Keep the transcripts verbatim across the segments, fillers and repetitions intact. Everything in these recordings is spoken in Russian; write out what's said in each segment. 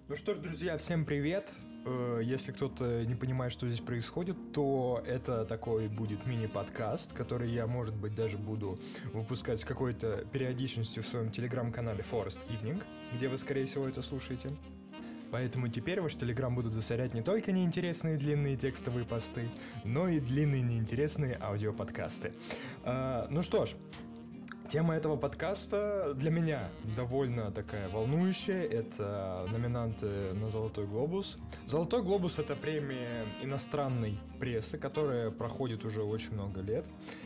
Ну что ж, друзья, всем привет! Если кто-то не понимает, что здесь происходит, то это такой будет мини-подкаст, который я, может быть, даже буду выпускать с какой-то периодичностью в своем телеграм-канале Forest Evening, где вы, скорее всего, это слушаете. Поэтому теперь ваш телеграм будут засорять не только неинтересные длинные текстовые посты, но и длинные неинтересные аудиоподкасты. А, ну что ж, тема этого подкаста для меня довольно такая волнующая. Это номинанты на «Золотой глобус». «Золотой глобус» — это премия иностранной прессы, которая проходит уже очень много лет.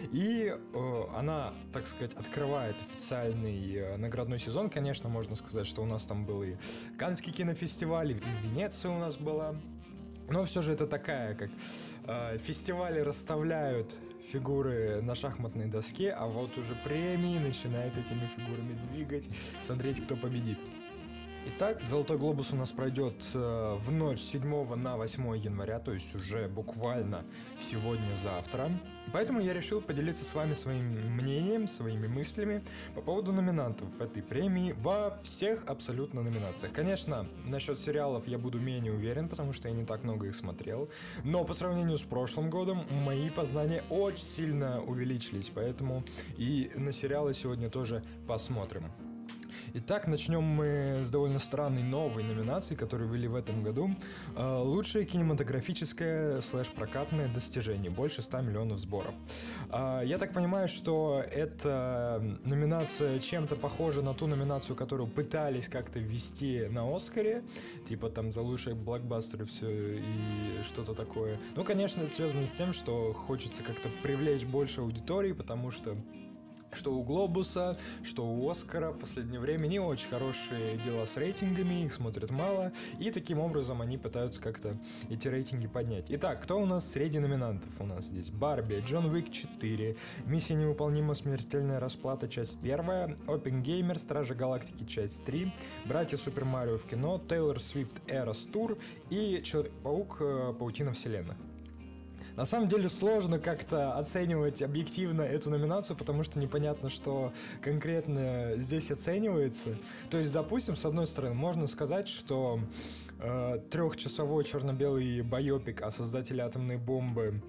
И э, она, так сказать, открывает официальный э, наградной сезон. Конечно, можно сказать, что у нас там был и Каннский кинофестиваль, и Венеция у нас была. Но все же это такая, как э, фестивали расставляют фигуры на шахматной доске, а вот уже премии начинают этими фигурами двигать, смотреть, кто победит. Итак, «Золотой глобус» у нас пройдет э, в ночь с седьмого на восьмое января, то есть уже буквально сегодня-завтра. Поэтому я решил поделиться с вами своим мнением, своими мыслями по поводу номинантов этой премии во всех абсолютно номинациях. Конечно, насчет сериалов я буду менее уверен, потому что я не так много их смотрел, но по сравнению с прошлым годом мои познания очень сильно увеличились, поэтому и на сериалы сегодня тоже посмотрим. Итак, начнем мы с довольно странной новой номинации, которую ввели в этом году. Лучшее кинематографическое слэш-прокатное достижение. Больше ста миллионов сборов. Я так понимаю, что эта номинация чем-то похожа на ту номинацию, которую пытались как-то ввести на Оскаре. Типа там за лучшие блокбастеры все и что-то такое. Ну, конечно, это связано с тем, что хочется как-то привлечь больше аудитории, потому что что у Глобуса, что у Оскара в последнее время не очень хорошие дела с рейтингами, их смотрят мало, и таким образом они пытаются как-то эти рейтинги поднять. Итак, кто у нас среди номинантов? У нас здесь Барби, Джон Уик четыре, Миссия невыполнима, смертельная расплата, часть первая, Оппенгеймер, Стражи Галактики, часть три, Братья Супер Марио в кино, Тейлор Свифт Эрос Тур и Человек-паук Паутина вселенных. На самом деле сложно как-то оценивать объективно эту номинацию, потому что непонятно, что конкретно здесь оценивается. То есть, допустим, с одной стороны, можно сказать, что э, трехчасовой черно-белый байопик о создателе атомной бомбы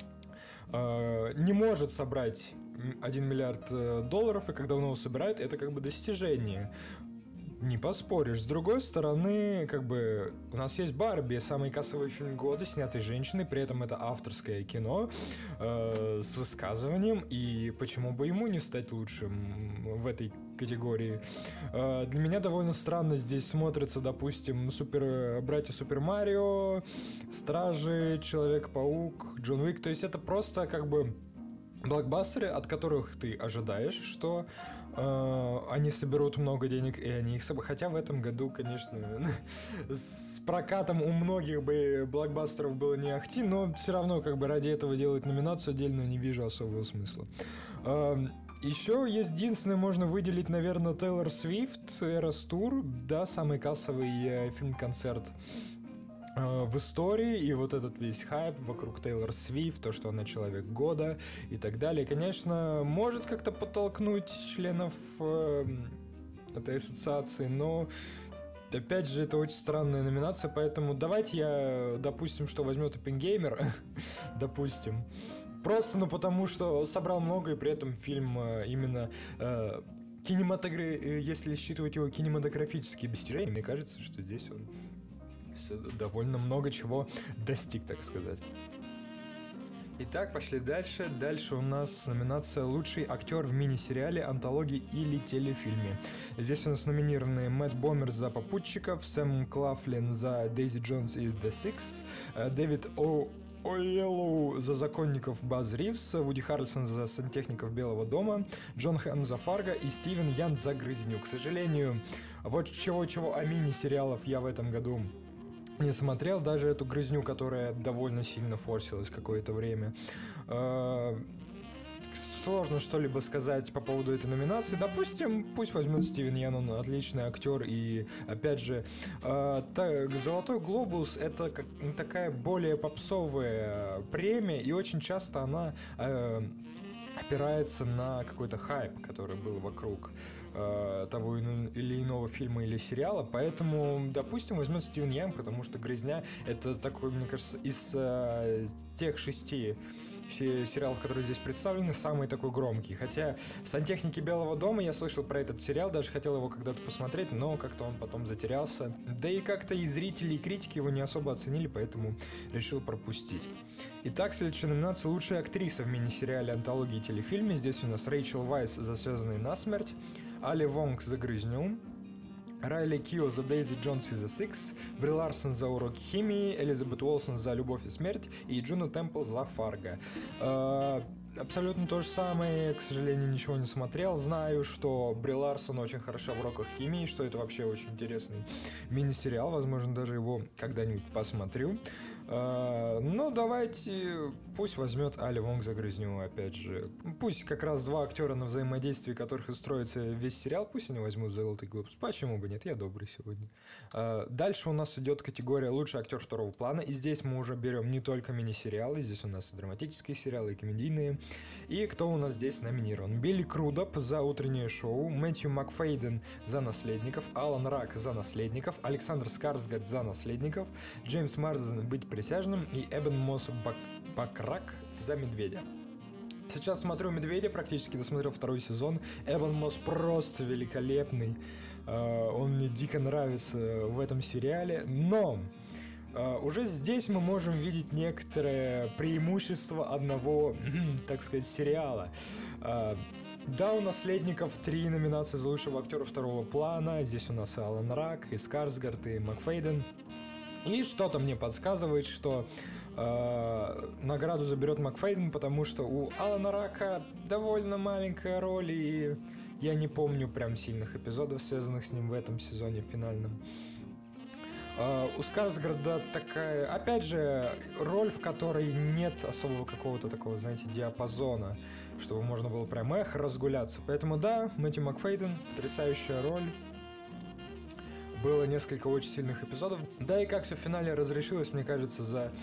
э, не может собрать один миллиард долларов, и когда он его собирает, это как бы достижение. Не поспоришь. С другой стороны, как бы у нас есть Барби, самый кассовый фильм года, снятый женщиной, при этом это авторское кино э, с высказыванием, и почему бы ему не стать лучшим в этой категории? Э, для меня довольно странно здесь смотрится, допустим, супер, братья Супер Марио, Стражи, Человек-паук, Джон Уик, то есть это просто как бы блокбастеры, от которых ты ожидаешь, что э, они соберут много денег, и они их соберут. Хотя в этом году, конечно, с прокатом у многих бы блокбастеров было не ахти, но все равно как бы ради этого делать номинацию отдельно не вижу особого смысла. Э, Еще есть единственное, можно выделить, наверное, Тейлор Свифт, Эрос Тур, да, самый кассовый э, фильм-концерт в истории, и вот этот весь хайп вокруг Тейлор Свифт, то, что она человек года и так далее, конечно, может как-то подтолкнуть членов э, этой ассоциации, но опять же, это очень странная номинация, поэтому давайте я, допустим, что возьмет Оппенгеймер, допустим, просто, ну, потому что собрал много, и при этом фильм э, именно э, кинематограф... если считывать его кинематографические достижения, мне кажется, что здесь он довольно много чего достиг, так сказать. Итак, пошли дальше. Дальше у нас номинация «Лучший актер в мини-сериале, антологии или телефильме». Здесь у нас номинированы Мэтт Бомер за «Попутчиков», Сэм Клафлин за «Дейзи Джонс и The Six», Дэвид О. О'Еллоу за «Законников» Баз Ривз, Вуди Харрельсон за «Сантехников Белого дома», Джон Хэм за «Фарго» и Стивен Ян за «Грызню». К сожалению, вот чего-чего, а мини-сериалов я в этом году не смотрел, даже эту «Грызню», которая довольно сильно форсилась какое-то время. Сложно что-либо сказать по поводу этой номинации. Допустим, пусть возьмет Стивен Ян, он отличный актер. И, опять же, «Золотой глобус» — это как, такая более попсовая премия, и очень часто она опирается на какой-то хайп, который был вокруг э, того или иного фильма или сериала, поэтому, допустим, возьмет Стивен Янг, потому что «Грязня» — это такой, мне кажется, из э, тех шести сериалов, которые здесь представлены, самый такой громкий. Хотя «Сантехники Белого дома» я слышал про этот сериал, даже хотел его когда-то посмотреть, но как-то он потом затерялся. Да и как-то и зрители, и критики его не особо оценили, поэтому решил пропустить. Итак, следующая номинация — лучшая актриса в мини-сериале антологии телефильме. Здесь у нас Рэйчел Вайс за «Связанные насмерть», Али Вонг за «Грызню», Райли Кио за «Дейзи Джонс и The Six», Бри Ларсон за «Уроки химии», Элизабет Уолсон за «Любовь и смерть» и Джуно Темпл за «Фарго». Абсолютно то же самое, к сожалению, ничего не смотрел. Знаю, что Бри Ларсон очень хороша в «Уроках химии», что это вообще очень интересный мини-сериал, возможно, даже его когда-нибудь посмотрю. Но давайте, пусть возьмет Али Вонг за «Грызню», опять же. Пусть как раз два актера, на взаимодействии которых и строится весь сериал, пусть они возьмут «Золотой глобус». Почему бы нет, я добрый сегодня. Дальше у нас идет категория «Лучший актер второго плана», и здесь мы уже берем не только мини-сериалы, здесь у нас и драматические сериалы, и комедийные. И кто у нас здесь номинирован? Билли Крудоп за «Утреннее шоу», Мэтью Макфейден за «Наследников», Алан Рак за «Наследников», Александр Скарсгард за «Наследников», Джеймс Марсден «Быть присяжным» и Эбен Мосс Бак- Бакрак за «Медведя». Сейчас смотрю «Медведя», практически досмотрел второй сезон. Эбен Мосс просто великолепный. Он мне дико нравится в этом сериале. Но уже здесь мы можем видеть некоторое преимущество одного, так сказать, сериала. Да, у «Наследников» три номинации за лучшего актера второго плана. Здесь у нас и Алан Рак, и Скарсгард, и Макфейден. И что-то мне подсказывает, что э, награду заберет Макфейден, потому что у Алана Рака довольно маленькая роль, и я не помню прям сильных эпизодов, связанных с ним в этом сезоне финальном. Uh, у Скарсгарда такая, опять же, роль, в которой нет особого какого-то такого, знаете, диапазона, чтобы можно было прям эх разгуляться. Поэтому да, Мэтью Макфейден, потрясающая роль. Было несколько очень сильных эпизодов. Да и как все в финале разрешилось, мне кажется, за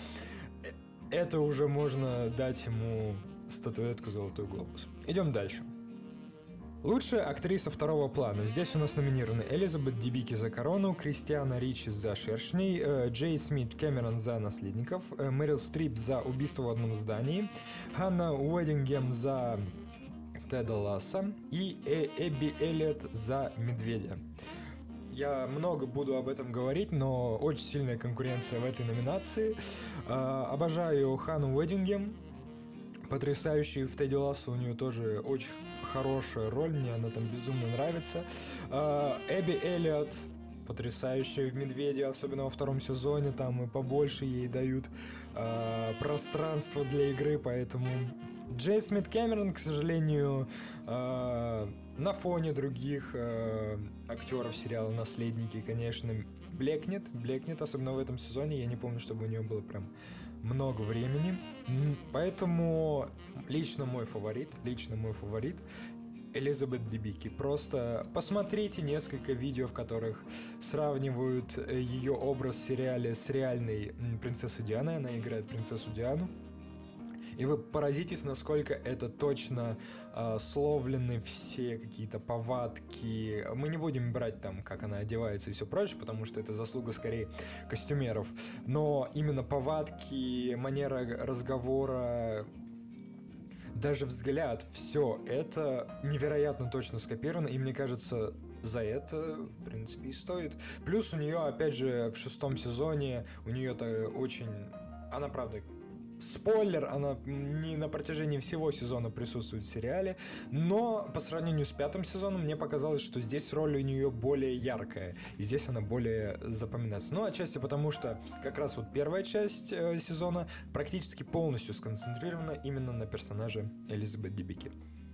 это уже можно дать ему статуэтку «Золотой глобус». Идем дальше. Лучшая актриса второго плана. Здесь у нас номинированы Элизабет Дебики за «Корону», Кристиана Ричи за «Шершней», э, Джей Смит Кэмерон за «Наследников», э, Мэрил Стрип за «Убийство в одном здании», Ханна Уэддингем за «Теда Ласса» и э, Эбби Эллиот за «Медведя». Я много буду об этом говорить, но очень сильная конкуренция в этой номинации. Э, обожаю Ханну Уэддингем. Потрясающий в «Теде Лассо», у нее тоже очень хорошая роль, мне она там безумно нравится. Э, Эбби Эллиот потрясающая в «Медведе», особенно во втором сезоне, там и побольше ей дают э, пространство для игры, поэтому... Джей Смит Кэмерон, к сожалению, э, на фоне других э, актеров сериала «Наследники», конечно, блекнет, блекнет, особенно в этом сезоне. Я не помню, чтобы у нее было прям много времени. Поэтому лично мой фаворит, лично мой фаворит Элизабет Дебики. Просто посмотрите несколько видео, в которых сравнивают ее образ в сериале с реальной принцессой Дианой. Она играет принцессу Диану. И вы поразитесь, насколько это точно э, словлены все какие-то повадки. Мы не будем брать там, как она одевается и все прочее, потому что это заслуга скорее костюмеров. Но именно повадки, манера разговора, даже взгляд, все это невероятно точно скопировано. И мне кажется, за это, в принципе, и стоит. Плюс у нее, опять же, в шестом сезоне у нее-то очень... Она, правда... Спойлер, она не на протяжении всего сезона присутствует в сериале, но по сравнению с пятым сезоном мне показалось, что здесь роль у нее более яркая, и здесь она более запоминается. Ну, отчасти потому, что как раз вот первая часть э, сезона практически полностью сконцентрирована именно на персонаже Элизабет Дебики.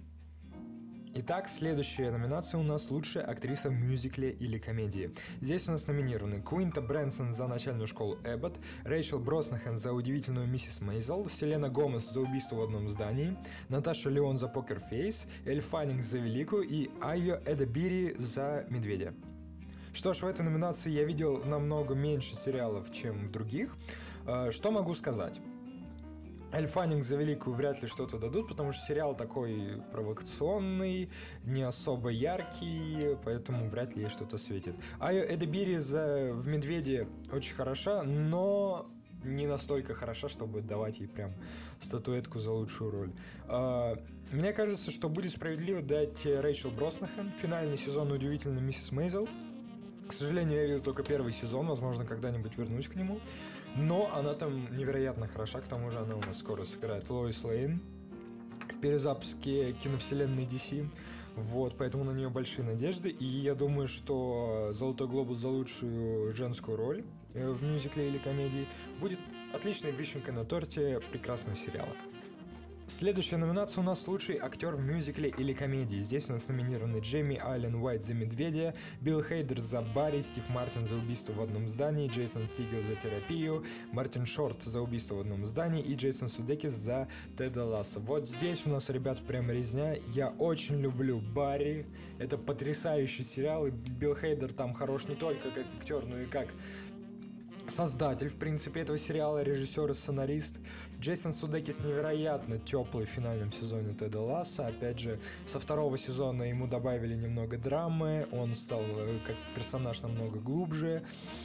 Итак, следующая номинация у нас «Лучшая актриса в мюзикле или комедии». Здесь у нас номинированы Куинта Брэнсон за «Начальную школу Эббот», Рэйчел Броснахан за «Удивительную миссис Мейзел», Селена Гомес за «Убийство в одном здании», Наташа Леон за «Покер Фейс», Эль Фаннинг за «Великую» и Айо Эдебири за «Медведя». Что ж, в этой номинации я видел намного меньше сериалов, чем в других. Что могу сказать? Эль Фаннинг за великую вряд ли что-то дадут, потому что сериал такой провокационный, не особо яркий, поэтому вряд ли ей что-то светит. Айо Эдебири за в «Медведе» очень хороша, но не настолько хороша, чтобы давать ей прям статуэтку за лучшую роль. А, мне кажется, что будет справедливо дать Рэйчел Броснахан финальный сезон «Удивительной миссис Мейзел». К сожалению, я видел только первый сезон, возможно, когда-нибудь вернусь к нему. Но она там невероятно хороша, к тому же она у нас скоро сыграет Лоис Лейн в перезапуске киновселенной ди си. Вот, поэтому на нее большие надежды. И я думаю, что «Золотой глобус» за лучшую женскую роль в мюзикле или комедии будет отличной вишенкой на торте прекрасного сериала. Следующая номинация у нас «Лучший актер в мюзикле или комедии». Здесь у нас номинированы Джейми Аллен Уайт за «Медведя», Билл Хейдер за «Барри», Стив Мартин за «Убийство в одном здании», Джейсон Сигел за «Терапию», Мартин Шорт за «Убийство в одном здании» и Джейсон Судекис за «Теда Лассо». Вот здесь у нас, ребят, прям резня. Я очень люблю «Барри». Это потрясающий сериал, и Билл Хейдер там хорош не только как актер, но и как создатель, в принципе, этого сериала, режиссер и сценарист. Джейсон Судекис невероятно теплый в финальном сезоне Теда Лассо. Опять же, со второго сезона ему добавили немного драмы, он стал как персонаж намного глубже.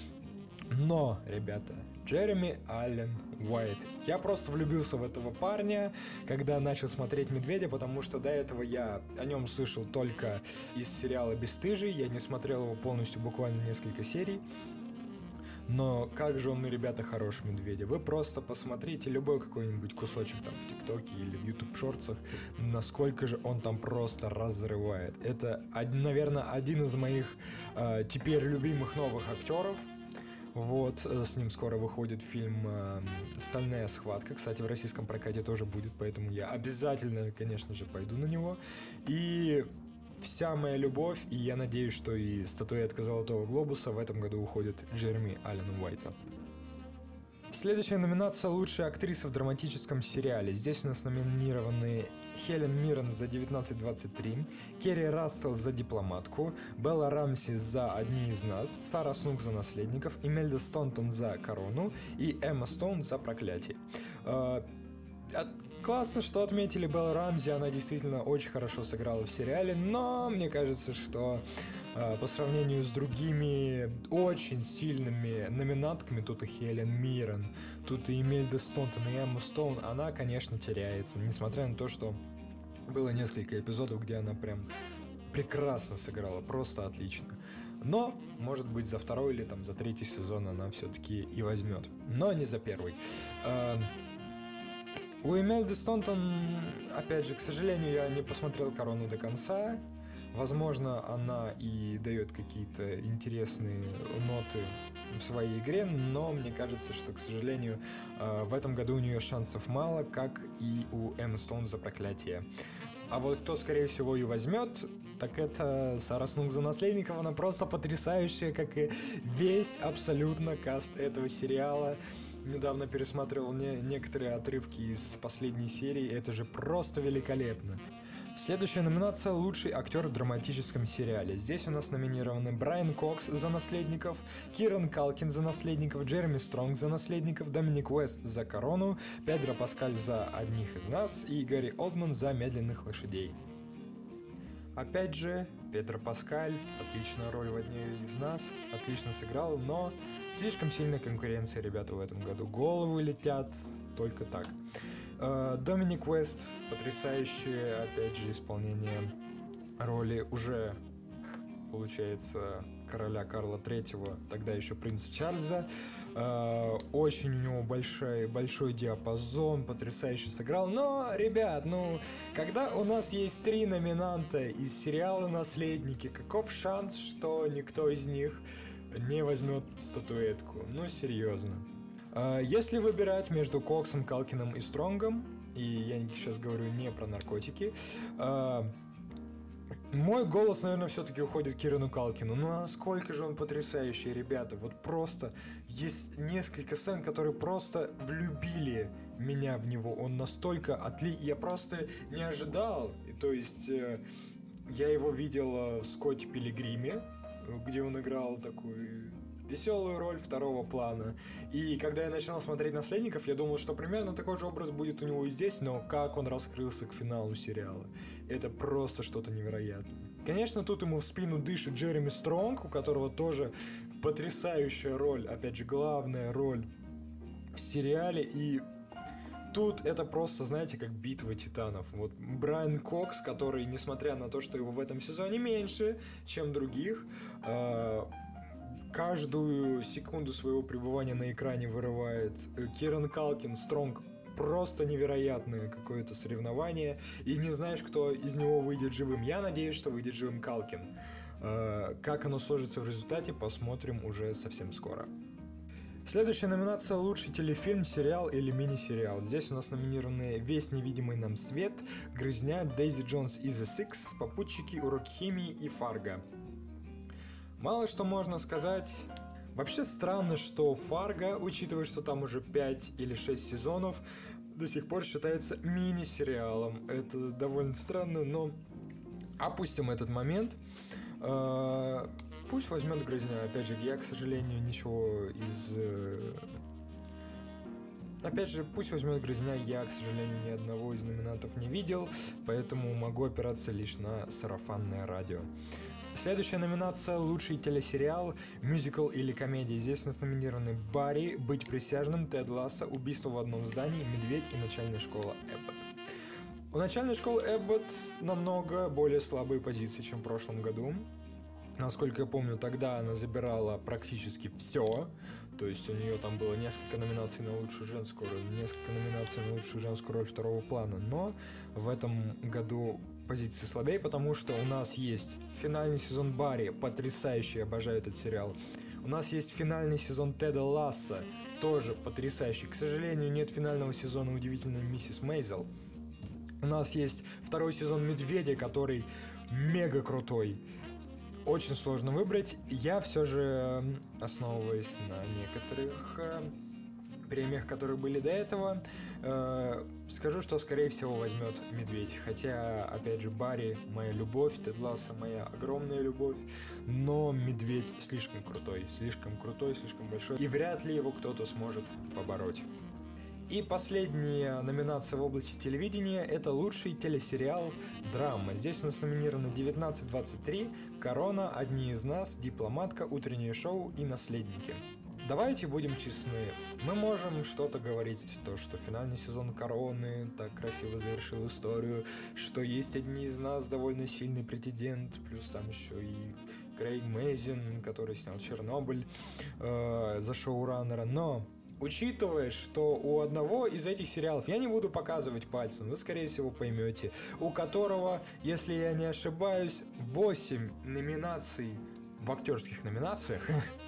Но, ребята, Джереми Аллен Уайт. Я просто влюбился в этого парня, когда начал смотреть «Медведя», потому что до этого я о нем слышал только из сериала «Бесстыжий». Я не смотрел его полностью, буквально несколько серий. Но как же он, ребята, хорош в «Медведе». Вы просто посмотрите любой какой-нибудь кусочек там в ТикТоке или в YouTube шортсах, насколько же он там просто разрывает. Это, наверное, один из моих э, теперь любимых новых актеров. Вот, с ним скоро выходит фильм э, «Стальная схватка». Кстати, в российском прокате тоже будет, поэтому я обязательно, конечно же, пойду на него. И вся моя любовь, и я надеюсь, что и статуэтка «Золотого глобуса» в этом году уходит Джереми Аллену Уайту. Следующая номинация «Лучшая актриса в драматическом сериале». Здесь у нас номинированы Хелен Миррен за девятнадцать двадцать три, Керри Рассел за «Дипломатку», Белла Рамси за «Одни из нас», Сара Снук за «Наследников», Имельда Стонтон за «Корону» и Эмма Стоун за «Проклятие». Классно, что отметили Беллу Рамзи, она действительно очень хорошо сыграла в сериале, но мне кажется, что э, по сравнению с другими очень сильными номинантками, тут и Хелен Миррен, тут и Имельда Стонтон, и Эмма Стоун, она, конечно, теряется, несмотря на то, что было несколько эпизодов, где она прям прекрасно сыграла, просто отлично. Но, может быть, за второй или там за третий сезон она все-таки и возьмет, но не за первый. Э, У Имельды Стонтон, опять же, к сожалению, я не посмотрел «Корону» до конца. Возможно, она и дает какие-то интересные ноты в своей игре, но мне кажется, что, к сожалению, в этом году у нее шансов мало, как и у Эммы Стоун за «Проклятие». А вот кто, скорее всего, и возьмет, так это Сара Снук за «Наследников». Она просто потрясающая, как и весь абсолютно каст этого сериала. Недавно пересматривал не, некоторые отрывки из последней серии, это же просто великолепно. Следующая номинация «Лучший актер в драматическом сериале». Здесь у нас номинированы Брайан Кокс за «Наследников», Киран Калкин за «Наследников», Джереми Стронг за «Наследников», Доминик Уэст за «Корону», Педро Паскаль за «Одних из нас» и Гарри Олдман за «Медленных лошадей». Опять же, Педро Паскаль, отличная роль в «Одних из нас», отлично сыграл, но слишком сильная конкуренция, ребята, в этом году. Головы летят только так. Доминик Уэст, потрясающее, опять же, исполнение роли уже, получается, короля Карла третьего, тогда еще принца Чарльза. Очень у него большой, большой диапазон, потрясающе сыграл. Но, ребят, ну, когда у нас есть три номинанта из сериала «Наследники», каков шанс, что никто из них не возьмет статуэтку? Ну, серьезно. Если выбирать между Коксом, Калкиным и Стронгом, и я сейчас говорю не про наркотики, мой голос, наверное, все-таки уходит к Кирану Калкину. Ну, насколько же он потрясающий, ребята. Вот просто есть несколько сцен, которые просто влюбили меня в него. Он настолько отли... Я просто не ожидал. И, то есть, э, я его видел в «Скотте Пилигриме», где он играл такой веселую роль второго плана. И когда я начинал смотреть «Наследников», я думал, что примерно такой же образ будет у него и здесь, но как он раскрылся к финалу сериала. Это просто что-то невероятное. Конечно, тут ему в спину дышит Джереми Стронг, у которого тоже потрясающая роль, опять же, главная роль в сериале, и тут это просто, знаете, как битва титанов. Вот Брайан Кокс, который, несмотря на то, что его в этом сезоне меньше, чем других, э, каждую секунду своего пребывания на экране вырывает. Киран Калкин, Стронг, просто невероятное какое-то соревнование, и не знаешь, кто из него выйдет живым. Я надеюсь, что выйдет живым Калкин. Э, как оно сложится в результате, посмотрим уже совсем скоро. Следующая номинация — лучший телефильм, сериал или мини-сериал. Здесь у нас номинированы «Весь невидимый нам свет», «Грызня», «Дейзи Джонс и The Six», «Попутчики», «Урок химии» и «Фарго». Мало что можно сказать. Вообще странно, что «Фарго», учитывая, что там уже пять или шесть сезонов, до сих пор считается мини-сериалом. Это довольно странно, но опустим этот момент. Пусть возьмет «Грызня». Опять же, я, к сожалению, ничего из... Опять же, пусть возьмет «Грызня». Я, к сожалению, ни одного из номинантов не видел, поэтому могу опираться лишь на сарафанное радио. Следующая номинация — лучший телесериал, мюзикл или комедия. Здесь у нас номинированы «Барри», «Быть присяжным», «Тед Лассо», «Убийство в одном здании», «Медведь» и «Начальная школа Эббот». У «Начальной школы Эббот» намного более слабые позиции, чем в прошлом году. Насколько я помню, тогда она забирала практически все. То есть у нее там было несколько номинаций на лучшую женскую роль, несколько номинаций на лучшую женскую роль второго плана. Но в этом году позиции слабее, потому что у нас есть финальный сезон «Барри», потрясающий, обожаю этот сериал. У нас есть финальный сезон Теда Лассо, тоже потрясающий. К сожалению, нет финального сезона «Удивительной миссис Мейзел». У нас есть второй сезон «Медведя», который мега крутой. Очень сложно выбрать. Я все же, основываясь на некоторых э, премиях, которые были до этого, э, скажу, что, скорее всего, возьмет «Медведь». Хотя, опять же, «Барри» — моя любовь, «Тед Лассо» — моя огромная любовь, но «Медведь» слишком крутой, слишком крутой, слишком большой, и вряд ли его кто-то сможет побороть. И последняя номинация в области телевидения — это лучший телесериал драма. Здесь у нас номинированы девятнадцать двадцать три, «Корона», «Одни из нас», «Дипломатка», «Утреннее шоу» и «Наследники». Давайте будем честны, мы можем что-то говорить, то, что финальный сезон «Короны» так красиво завершил историю, что есть «Одни из нас» довольно сильный претендент, плюс там еще и Крейг Мэйзин, который снял «Чернобыль» э, за шоураннера, но... Учитывая, что у одного из этих сериалов, я не буду показывать пальцем, вы, скорее всего, поймете, у которого, если я не ошибаюсь, восемь номинаций в актерских номинациях,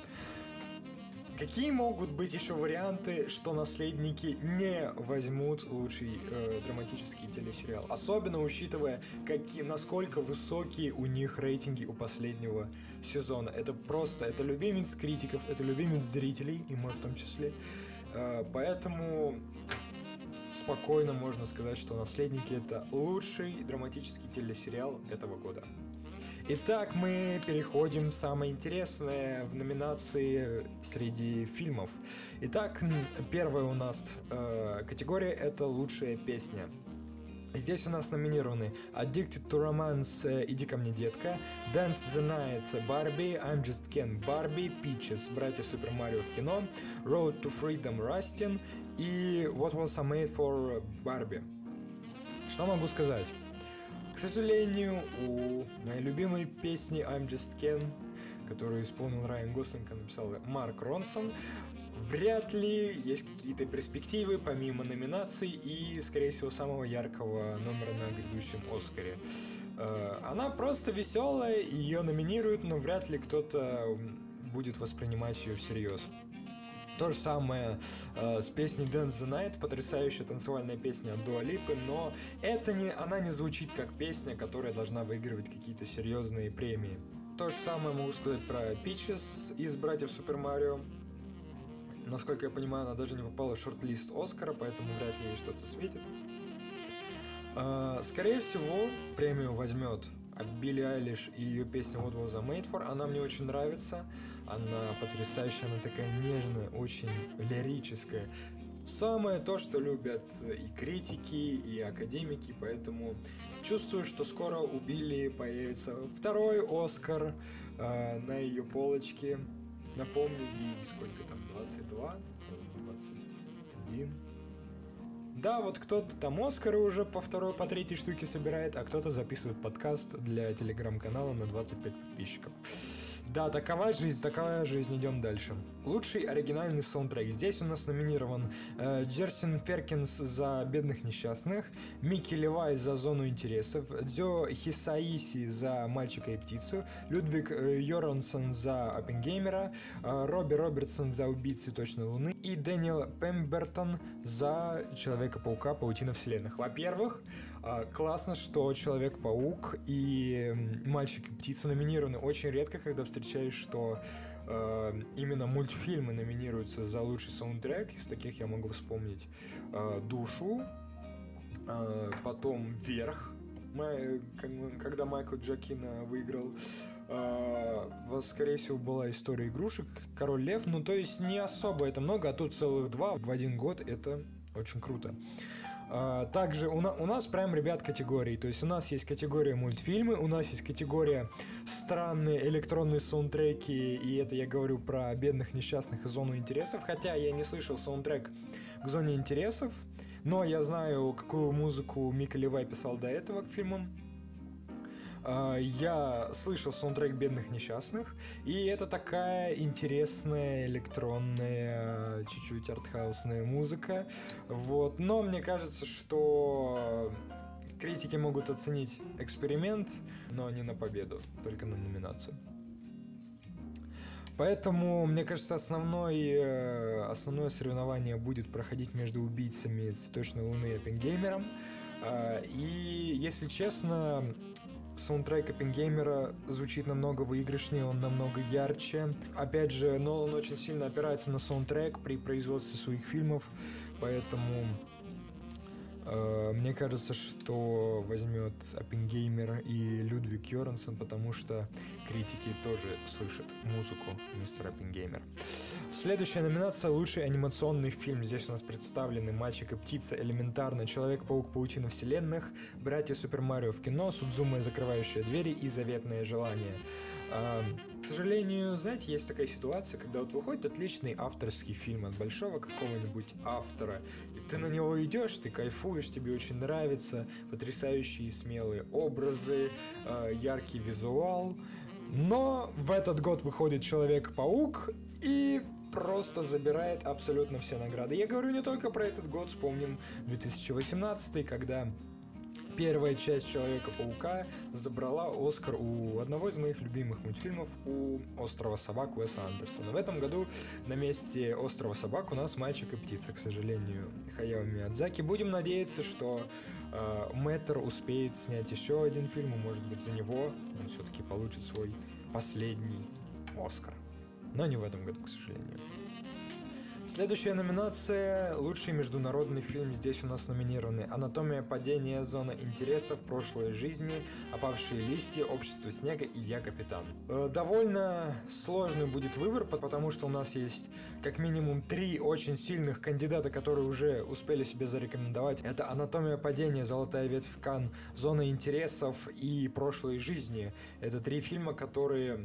какие могут быть еще варианты, что «Наследники» не возьмут лучший э, драматический телесериал? Особенно учитывая, какие, насколько высокие у них рейтинги у последнего сезона. Это просто, это любимец критиков, это любимец зрителей, и мой в том числе. Э, поэтому спокойно можно сказать, что «Наследники» — это лучший драматический телесериал этого года. Итак, мы переходим в самое интересное в номинации среди фильмов. Итак, первая у нас э, категория — это лучшая песня. Здесь у нас номинированы Addicted to Romance, Иди ко мне, детка, Dance the Night, Barbie, I'm Just Ken, Barbie, Peaches, Братья Супер Марио в кино, Road to Freedom, Rustin и What Was I Made for, Barbie. Что могу сказать? К сожалению, у моей любимой песни I'm Just Ken, которую исполнил Райан Гослинг, а написал Марк Ронсон, вряд ли есть какие-то перспективы помимо номинаций и, скорее всего, самого яркого номера на грядущем Оскаре. Она просто веселая, ее номинируют, но вряд ли кто-то будет воспринимать ее всерьез. То же самое э, с песней Dance the Night, потрясающая танцевальная песня от Дуа Липы, но это не, она не звучит как песня, которая должна выигрывать какие-то серьезные премии. То же самое могу сказать про Peaches из «Братьев Супер Марио». Насколько я понимаю, она даже не попала в шорт-лист Оскара, поэтому вряд ли ей что-то светит. Э, скорее всего, премию возьмет Билли Айлиш и ее песня What Was I Made For. Она мне очень нравится. Она потрясающая, она такая нежная, очень лирическая. Самое то, что любят и критики, и академики, поэтому чувствую, что скоро у Билли появится второй Оскар э, на ее полочке. Напомню, ей сколько там, двадцать два, двадцать один. Да, вот кто-то там Оскары уже по второй, по третьей штуке собирает, а кто-то записывает подкаст для телеграм-канала на двадцать пять подписчиков. Да, такова жизнь, такова жизнь, идем дальше. Лучший оригинальный саундтрек. Здесь у нас номинирован э, Джерсин Феркинс за «Бедных несчастных», Микки Левай за «Зону интересов», Дзё Хисаиси за «Мальчика и птицу», Людвиг э, Йорансон за «Оппенгеймера», э, Робби Робертсон за «Убийцы цветочной луны» и Дэниел Пембертон за «Человека-паука. Паутина вселенных». Во-первых, э, классно, что «Человек-паук» и «Мальчик и птица» номинированы. Очень редко, когда встречаешь, что э, именно мультфильмы номинируются за лучший саундтрек. Из таких я могу вспомнить э, «Душу», э, потом «Вверх», май, когда Майкл Джакина выиграл. Э, скорее всего, была «История игрушек», «Король лев». Ну, то есть не особо это много, а тут целых два в один год. Это очень круто. Uh, также у, на, у нас прям, ребят, категории. То есть у нас есть категория мультфильмы, у нас есть категория странные электронные саундтреки, и это я говорю про «Бедных несчастных» и «Зону интересов». Хотя я не слышал саундтрек к «Зоне интересов», но я знаю, какую музыку Микки Левай писал до этого к фильмам. Uh, я слышал саундтрек «Бедных несчастных», и это такая интересная электронная, чуть-чуть артхаусная музыка. Вот. Но мне кажется, что критики могут оценить эксперимент, но не на победу, только на номинацию. Поэтому, мне кажется, основной, основное соревнование будет проходить между «Убийцами цветочной луны» и «Оппенгеймером». Uh, и, если честно, саундтрек «Оппенгеймера» звучит намного выигрышнее, он намного ярче. Опять же, Нолан очень сильно опирается на саундтрек при производстве своих фильмов, поэтому э, мне кажется, что возьмет «Оппенгеймер» и Людвиг Йорансон, потому что критики тоже слышат музыку мистера Оппенгеймера. Следующая номинация — лучший анимационный фильм. Здесь у нас представлены «Мальчик и птица», «Элементарно», «Человек-паук. Паутина вселенных», «Братья Супер Марио в кино», «Судзума и закрывающая двери» и «Заветное желание». А, к сожалению, знаете, есть такая ситуация, когда вот выходит отличный авторский фильм от большого какого-нибудь автора, и ты на него идешь, ты кайфуешь, тебе очень нравится, потрясающие и смелые образы, яркий визуал. Но в этот год выходит «Человек-паук» и просто забирает абсолютно все награды. Я говорю не только про этот год, вспомним две тысячи восемнадцатый, когда первая часть «Человека-паука» забрала Оскар у одного из моих любимых мультфильмов, у «Острова собак» Уэса Андерсона. В этом году на месте «Острова собак» у нас «Мальчик и птица», к сожалению, Хаяо Миядзаки. Будем надеяться, что э, Мэттер успеет снять еще один фильм, и, может быть, за него он все-таки получит свой последний Оскар. Но не в этом году, к сожалению. Следующая номинация — лучший международный фильм. Здесь у нас номинированы «Анатомия падения», «Зона интересов», «Прошлые жизни», «Опавшие листья», «Общество снега» и «Я капитан». Э, довольно сложный будет выбор, потому что у нас есть как минимум три очень сильных кандидата, которые уже успели себе зарекомендовать. Это «Анатомия падения», «Золотая ветвь Канн», «Зона интересов» и «Прошлые жизни». Это три фильма, которые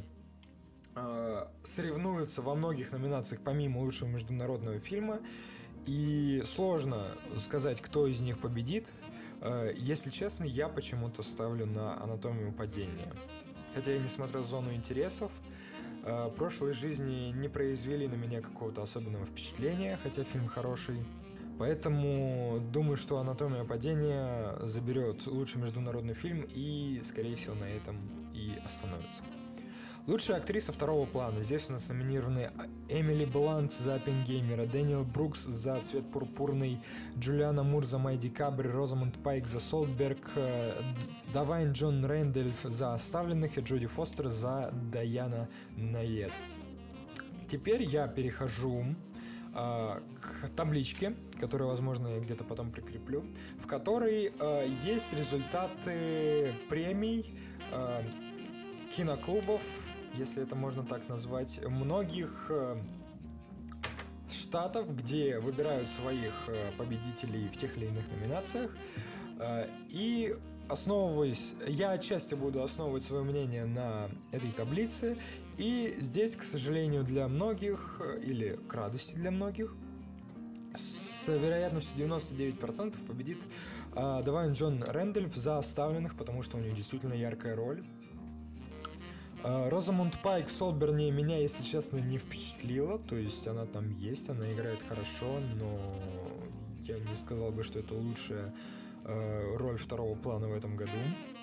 соревнуются во многих номинациях помимо лучшего международного фильма, и сложно сказать, кто из них победит. Если честно, я почему-то ставлю на «Анатомию падения». Хотя я не смотрел «Зону интересов», «Прошлые жизни» не произвели на меня какого-то особенного впечатления, хотя фильм хороший. Поэтому думаю, что «Анатомия падения» заберет лучший международный фильм и, скорее всего, на этом и остановится. Лучшая актриса второго плана. Здесь у нас номинированы Эмили Блант за «Оппенгеймера», Дэниел Брукс за «Цвет пурпурный», Джулиана Мур за «Майди Кабри», Розамунд Пайк за «Солтберг», Давайн Джон Рэндольф за «Оставленных» и Джоди Фостер за «Даяна Найет». Теперь я перехожу э, к табличке, которую, возможно, я где-то потом прикреплю, в которой э, есть результаты премий э, киноклубов, если это можно так назвать, многих э, штатов, где выбирают своих э, победителей в тех или иных номинациях. Э, и основываясь, я отчасти буду основывать свое мнение на этой таблице. И здесь, к сожалению, для многих, или к радости для многих, с вероятностью девяносто девять процентов победит э, Двайн Джон Рэндольф за «Оставленных», потому что у нее действительно яркая роль. Э, Розамунд Пайк Солберни меня, если честно, не впечатлила. То есть она там есть, она играет хорошо, но я не сказал бы, что это лучшая э, роль второго плана в этом году.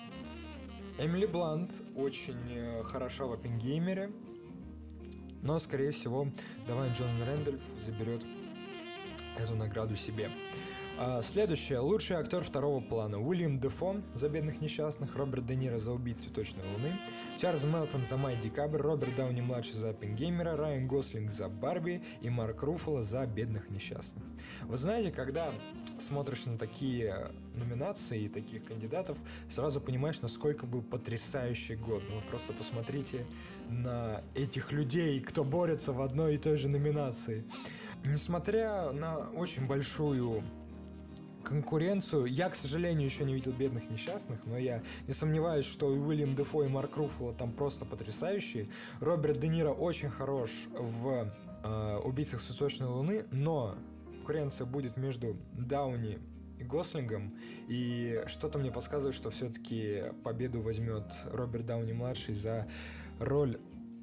Эмили Блант очень э, хороша в «Оппенгеймере», но, скорее всего, Двайн Джон Рэндольф заберет эту награду себе. А, следующее. Лучший актер второго плана. Уильям Дефо за «Бедных несчастных», Роберт Де Ниро за «Убить цветочной луны», Чарльз Мелтон за «Май Декабрь», Роберт Дауни-младший за «Оппенгеймера», Райан Гослинг за «Барби» и Марк Руффало за «Бедных несчастных». Вы знаете, когда смотришь на такие номинации и таких кандидатов, сразу понимаешь, насколько был потрясающий год. Ну, просто посмотрите на этих людей, кто борется в одной и той же номинации. Несмотря на очень большую конкуренцию, я, к сожалению, еще не видел «Бедных несчастных», но я не сомневаюсь, что и Уильям Дефо, и Марк Руффало там просто потрясающие. Роберт Де Ниро очень хорош в э, «Убийцах цветочной луны», но конкуренция будет между Дауни и Гослингом, и что-то мне подсказывает, что все-таки победу возьмет Роберт Дауни-младший за роль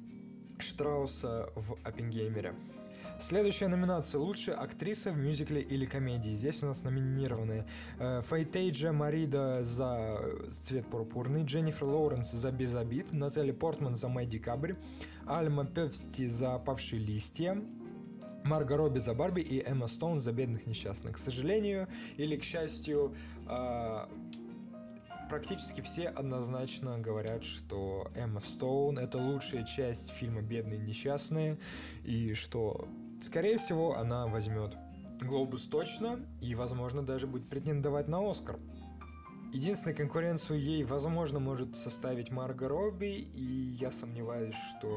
Штрауса в «Оппенгеймере». Следующая номинация. Лучшая актриса в мюзикле или комедии. Здесь у нас номинированы э, Фейтейджа Марида за «Цвет пурпурный», Дженнифер Лоуренс за «Без обид», Натали Портман за «Май Декабрь», Альма Певсти за «Опавшие листья», Марго Робби за «Барби» и Эмма Стоун за «Бедных несчастных». К сожалению или к счастью, э, практически все однозначно говорят, что Эмма Стоун — это лучшая часть фильма «Бедные несчастные», и что, скорее всего, она возьмет «Глобус» точно, и, возможно, даже будет претендовать на «Оскар». Единственную конкуренцию ей, возможно, может составить Марго Робби, и я сомневаюсь, что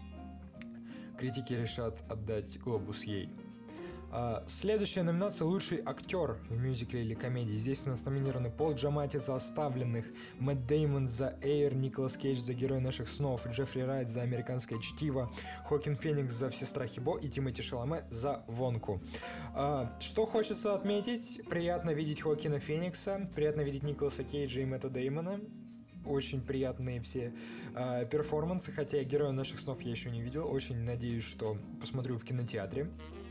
критики решат отдать «Глобус» ей. Uh, следующая номинация — лучший актер в мюзикле или комедии. Здесь у нас номинированы Пол Джаматти за «Оставленных», Мэтт Деймон за «Эйр», Николас Кейдж за «Герой наших снов», Джеффри Райт за «Американское чтиво», Хоакин Феникс за «Все страхи Бо» и Тимоти Шаламе за «Вонку». Uh, что хочется отметить: приятно видеть Хоакина Феникса, приятно видеть Николаса Кейджа и Мэтта Деймона. Очень приятные все э, перформансы, хотя «Героя наших снов» я еще не видел. Очень надеюсь, что посмотрю в кинотеатре.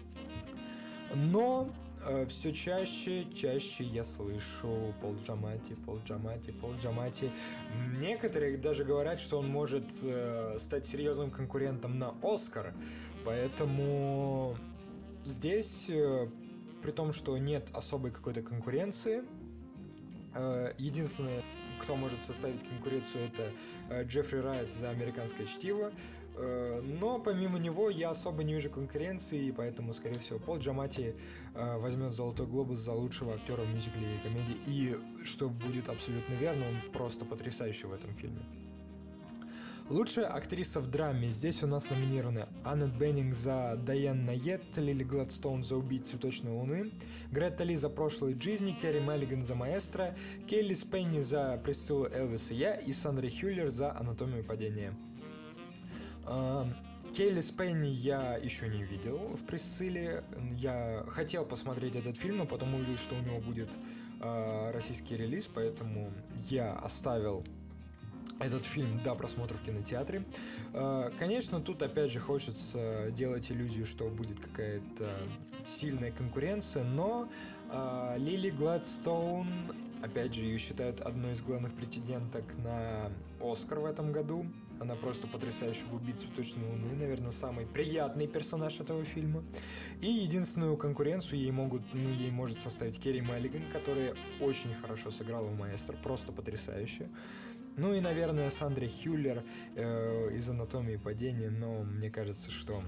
Но э, все чаще, чаще я слышу Пол Джаматти, Пол Джаматти, Пол Джаматти. Некоторые даже говорят, что он может э, стать серьезным конкурентом на «Оскар». Поэтому здесь, э, при том, что нет особой какой-то конкуренции, э, единственное, кто может составить конкуренцию, это э, Джеффри Райт за «Американское чтиво». Но помимо него я особо не вижу конкуренции, и поэтому, скорее всего, Пол Джаматти э, возьмет «Золотой глобус» за лучшего актера в мюзикле и комедии. И, что будет абсолютно верно, он просто потрясающий в этом фильме. Лучшая актриса в драме. Здесь у нас номинированы Аннет Беннинг за «Дайан Найет», Лили Гладстоун за «Убить цветочной луны», Гретта Ли за «Прошлой жизни», Керри Меллиган за «Маэстро», Келли Спенни за «Присциллу, Элвис и я» и Сандра Хюллер за «Анатомию падения». Uh, Кейли Спенни я еще не видел в «Присцилле». Я хотел посмотреть этот фильм, но потом увидел, что у него будет uh, российский релиз, поэтому я оставил этот фильм до просмотра в кинотеатре. Uh, конечно, тут опять же хочется делать иллюзию, что будет какая-то сильная конкуренция, но uh, Лили Гладстоун, опять же, ее считают одной из главных претенденток на «Оскар» в этом году. Она просто потрясающая в «Убить цветочной луны», наверное, самый приятный персонаж этого фильма. И единственную конкуренцию ей могут, ну, ей может составить Керри Меллиган, которая очень хорошо сыграла в «Маэстро», просто потрясающая. Ну и, наверное, Сандра Хюллер э, из «Анатомии падения», но мне кажется, что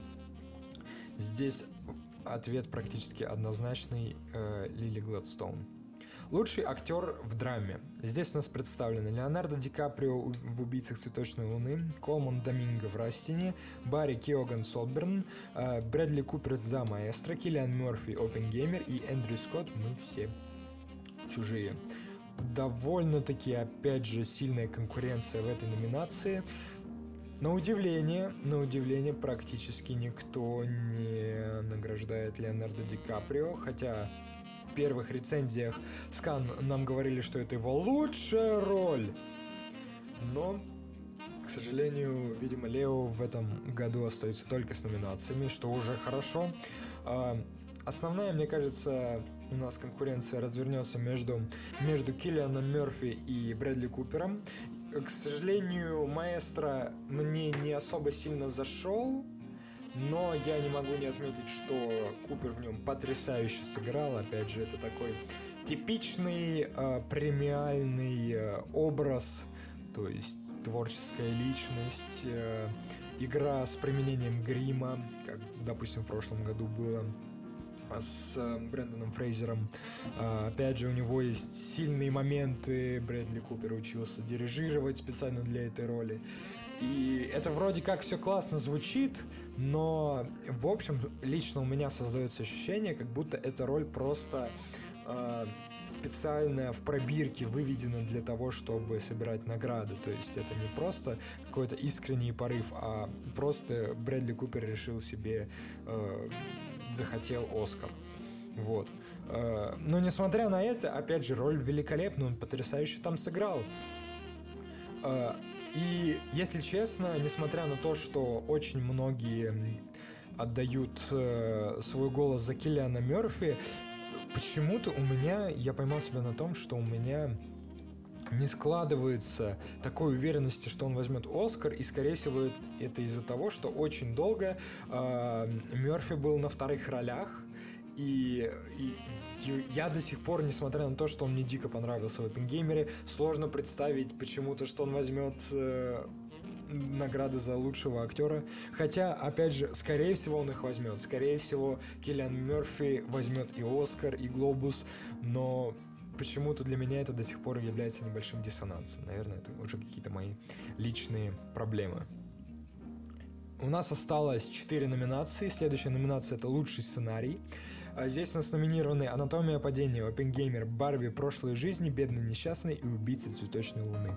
здесь ответ практически однозначный: э, Лили Гладстоун. Лучший актер в драме. Здесь у нас представлены Леонардо Ди Каприо в «Убийцах цветочной луны», Колман Доминго в «Растине», Барри Кеоган Солберн, Брэдли Купер за «Маэстро», Киллиан Мёрфи «Оппенгеймер» и Эндрю Скотт «Мы все чужие». Довольно-таки, опять же, сильная конкуренция в этой номинации. На удивление, на удивление, практически никто не награждает Леонардо Ди Каприо, хотя в первых рецензиях с Канн нам говорили, что это его лучшая роль. Но, к сожалению, видимо, Лео в этом году остается только с номинациями, что уже хорошо. Основная, мне кажется, у нас конкуренция развернется между, между Киллианом Мёрфи и Брэдли Купером. К сожалению, «Маэстро» мне не особо сильно зашел, но я не могу не отметить, что Купер в нем потрясающе сыграл. Опять же, это такой типичный э, премиальный э, образ, то есть творческая личность, э, игра с применением грима, как, допустим, в прошлом году было с Брэндоном Фрейзером. Опять же, у него есть сильные моменты. Брэдли Купер учился дирижировать специально для этой роли. И это вроде как все классно звучит, но, в общем, лично у меня создается ощущение, как будто эта роль просто э, специально в пробирке выведена для того, чтобы собирать награды. То есть это не просто какой-то искренний порыв, а просто Брэдли Купер решил себе... Э, захотел Оскар. Вот. Но несмотря на это, опять же, роль великолепная, он потрясающе там сыграл. И, если честно, несмотря на то, что очень многие отдают свой голос за Киллиана Мёрфи, почему-то у меня, я поймал себя на том, что у меня не складывается такой уверенности, что он возьмет Оскар, и, скорее всего, это из-за того, что очень долго э, Мёрфи был на вторых ролях, и, и, и я до сих пор, несмотря на то, что он мне дико понравился в «Оппенгеймере», сложно представить почему-то, что он возьмет э, награды за лучшего актера, хотя, опять же, скорее всего, он их возьмет, скорее всего, Киллиан Мёрфи возьмет и Оскар, и Глобус, но почему-то для меня это до сих пор является небольшим диссонансом. Наверное, это уже какие-то мои личные проблемы. У нас осталось четыре номинации. Следующая номинация — это лучший сценарий. Здесь у нас номинированы «Анатомия падения», «Оппенгеймер», «Барби», «Прошлые жизни», «Бедный несчастный» и «Убийцы цветочной луны».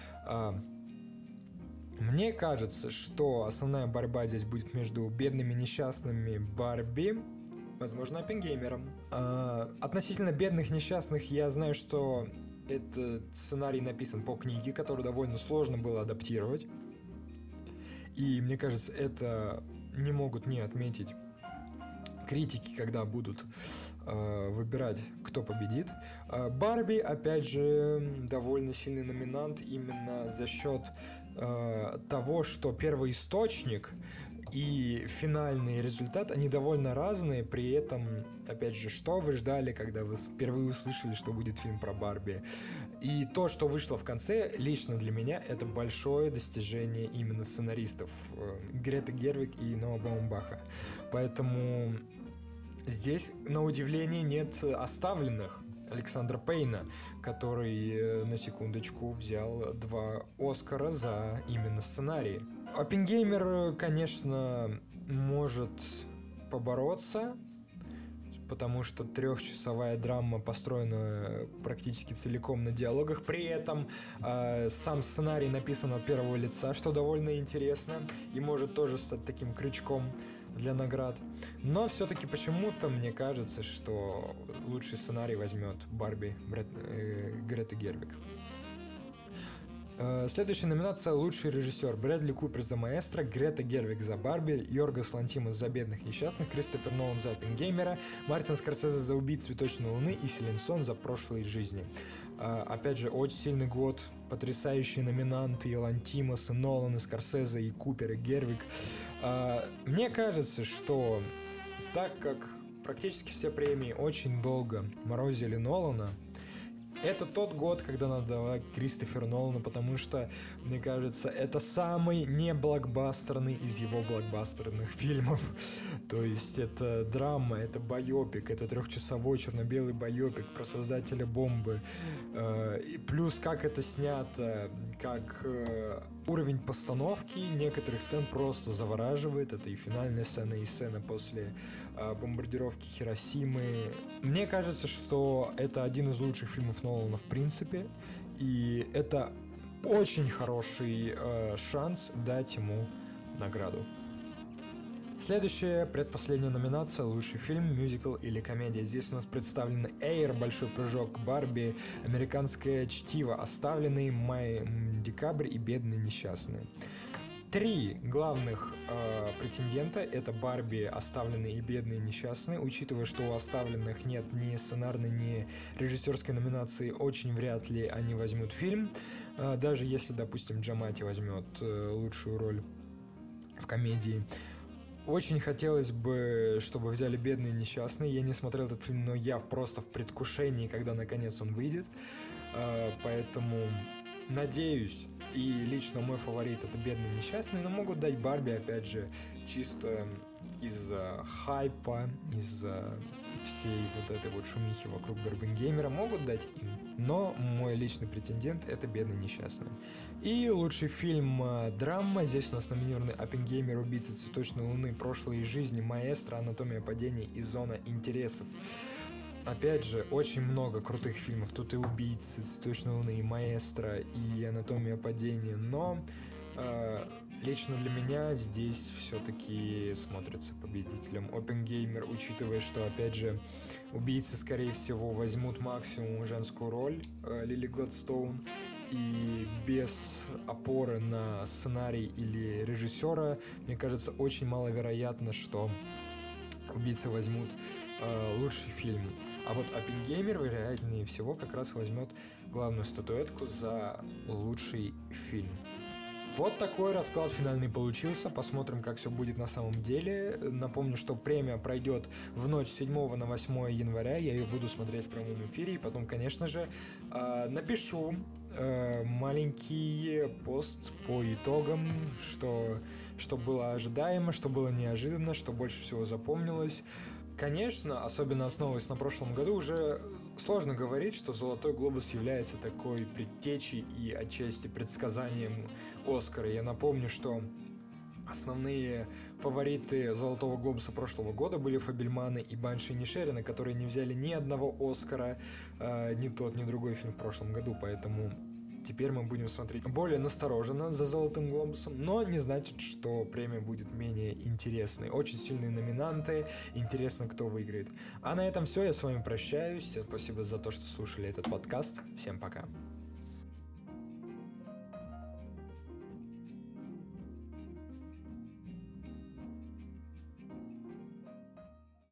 Мне кажется, что основная борьба здесь будет между «Бедными несчастными», «Барби», возможно, «Оппенгеймером». А, относительно «Бедных несчастных» я знаю, что этот сценарий написан по книге, которую довольно сложно было адаптировать. И мне кажется, это не могут не отметить критики, когда будут э, выбирать, кто победит. Э, «Барби», опять же, довольно сильный номинант именно за счет э, того, что первоисточник и финальный результат, они довольно разные, при этом, опять же, что вы ждали, когда вы впервые услышали, что будет фильм про Барби. И то, что вышло в конце, лично для меня, это большое достижение именно сценаристов Греты Гервиг и Ноа Баумбаха. Поэтому здесь, на удивление, нет оставленных. Александра Пейна, который, на секундочку, взял два Оскара за именно сценарий. «Оппенгеймер», конечно, может побороться, потому что трехчасовая драма построена практически целиком на диалогах. При этом э, сам сценарий написан от первого лица, что довольно интересно, и может тоже стать таким крючком для наград. Но все-таки почему-то мне кажется, что лучший сценарий возьмет Барби Брэд, э, Греты Гервиг. Следующая номинация — лучший режиссер. Брэдли Купер за «Маэстро», Грета Гервиг за «Барби», Йоргос Лантимос за «Бедных несчастных», Кристофер Нолан за «Оппенгеймера», Мартин Скорсезе за «Убийц цветочной луны» и Селин Сон за «Прошлые жизни». Опять же, очень сильный год, потрясающие номинанты: и Лантимос, и Нолан, и Скорсезе, и Купер, и Гервиг. Мне кажется, что так как практически все премии очень долго морозили Нолана, это тот год, когда надо давать Кристоферу Нолану, потому что, мне кажется, это самый не блокбастерный из его блокбастерных фильмов. То есть это драма, это байопик, это трехчасовой черно-белый байопик про создателя бомбы. И плюс как это снято, как уровень постановки некоторых сцен просто завораживает. Это и финальная сцена, и сцена после бомбардировки Хиросимы. Мне кажется, что это один из лучших фильмов Нолана в принципе, и это очень хороший э, шанс дать ему награду. Следующая, предпоследняя номинация — лучший фильм, мюзикл или комедия. Здесь у нас представлены Эйр, Большой прыжок, Барби, Американское чтиво, Оставленный, Май, Декабрь и Бедные несчастные. Три главных э, претендента — это Барби, Оставленные и Бедные несчастные. Учитывая, что у Оставленных нет ни сценарной, ни режиссерской номинации, очень вряд ли они возьмут фильм. Э, даже если, допустим, Джамати возьмет э, лучшую роль в комедии. Очень хотелось бы, чтобы взяли Бедные несчастные. Я не смотрел этот фильм, но я просто в предвкушении, когда наконец он выйдет. Э, поэтому надеюсь, и лично мой фаворит — это Бедные несчастные, но могут дать Барби, опять же, чисто из-за хайпа, из-за всей вот этой вот шумихи вокруг Барбенгеймера, могут дать им. Но мой личный претендент — это Бедные несчастные. И лучший фильм — драма. Здесь у нас номинированы Оппенгеймер, Убийца цветочной луны, Прошлые жизни, Маэстро, Анатомия падения и Зона интересов. Опять же, очень много крутых фильмов. Тут и «Убийцы цветочной луны», и «Маэстро», и «Анатомия падения». Но э, лично для меня здесь все-таки смотрится победителем Оппенгеймер, учитывая, что, опять же, «Убийцы», скорее всего, возьмут максимум женскую роль э, Лили Гладстоун. И без опоры на сценарий или режиссера, мне кажется, очень маловероятно, что «Убийцы» возьмут э, лучший фильм. А вот Оппенгеймер, вероятнее всего, как раз возьмет главную статуэтку за лучший фильм. Вот такой расклад финальный получился. Посмотрим, как все будет на самом деле. Напомню, что премия пройдет в ночь с седьмого на восьмое января. Я ее буду смотреть в прямом эфире. И потом, конечно же, э, напишу э, маленький пост по итогам, что, что было ожидаемо, что было неожиданно, что больше всего запомнилось. Конечно, особенно основываясь на прошлом году, уже сложно говорить, что «Золотой глобус» является такой предтечей и отчасти предсказанием Оскара. Я напомню, что основные фавориты «Золотого глобуса» прошлого года были «Фабельманы» и «Банши Инишерина», которые не взяли ни одного Оскара, э, ни тот, ни другой фильм в прошлом году, поэтому теперь мы будем смотреть более настороженно за «Золотым глобусом», но не значит, что премия будет менее интересной. Очень сильные номинанты, интересно, кто выиграет. А на этом все, я с вами прощаюсь. Всем спасибо за то, что слушали этот подкаст. Всем пока.